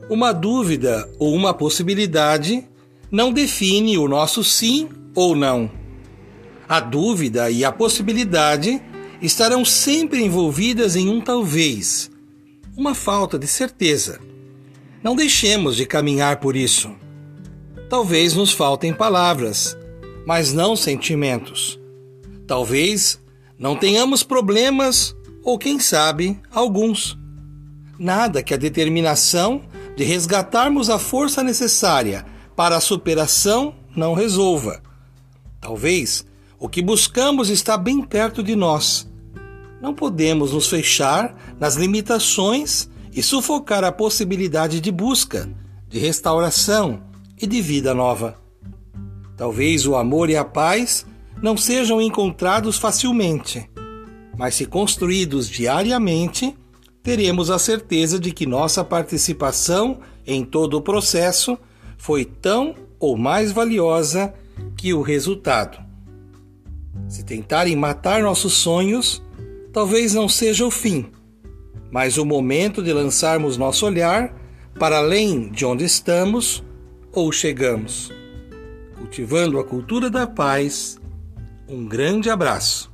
Uma dúvida ou uma possibilidade não define o nosso sim ou não. A dúvida e a possibilidade estarão sempre envolvidas em um talvez, uma falta de certeza. Não deixemos de caminhar por isso. Talvez nos faltem palavras, mas não sentimentos. Talvez não tenhamos problemas ou, quem sabe, alguns. Nada que a determinação de resgatarmos a força necessária para a superação não resolva. Talvez o que buscamos está bem perto de nós. Não podemos nos fechar nas limitações e sufocar a possibilidade de busca, de restauração e de vida nova. Talvez o amor e a paz não sejam encontrados facilmente, mas se construídos diariamente, teremos a certeza de que nossa participação em todo o processo foi tão ou mais valiosa que o resultado. Se tentarem matar nossos sonhos, talvez não seja o fim, mas o momento de lançarmos nosso olhar para além de onde estamos ou chegamos. Cultivando a cultura da paz, um grande abraço.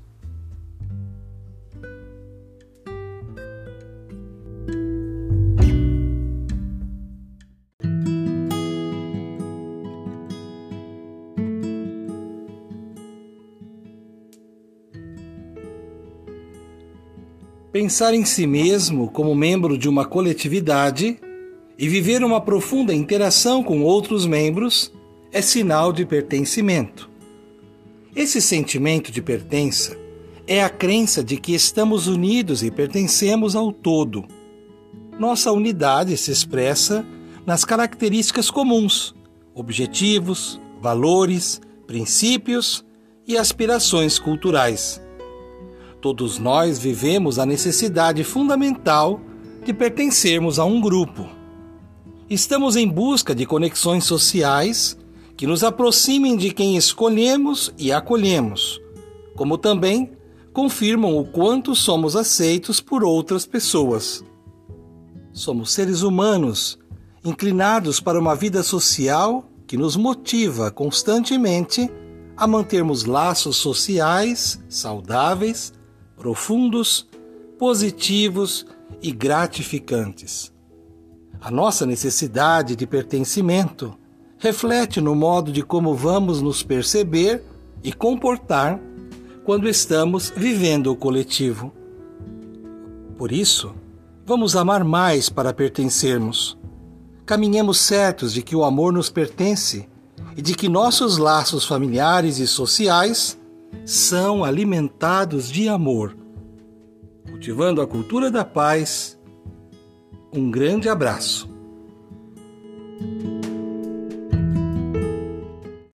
Pensar em si mesmo como membro de uma coletividade e viver uma profunda interação com outros membros é sinal de pertencimento. Esse sentimento de pertença é a crença de que estamos unidos e pertencemos ao todo. Nossa unidade se expressa nas características comuns, objetivos, valores, princípios e aspirações culturais. Todos nós vivemos a necessidade fundamental de pertencermos a um grupo. Estamos em busca de conexões sociais que nos aproximem de quem escolhemos e acolhemos, como também confirmam o quanto somos aceitos por outras pessoas. Somos seres humanos, inclinados para uma vida social que nos motiva constantemente a mantermos laços sociais saudáveis, profundos, positivos e gratificantes. A nossa necessidade de pertencimento reflete no modo de como vamos nos perceber e comportar quando estamos vivendo o coletivo. Por isso, vamos amar mais para pertencermos. Caminhemos certos de que o amor nos pertence e de que nossos laços familiares e sociais são alimentados de amor. Cultivando a cultura da paz, um grande abraço.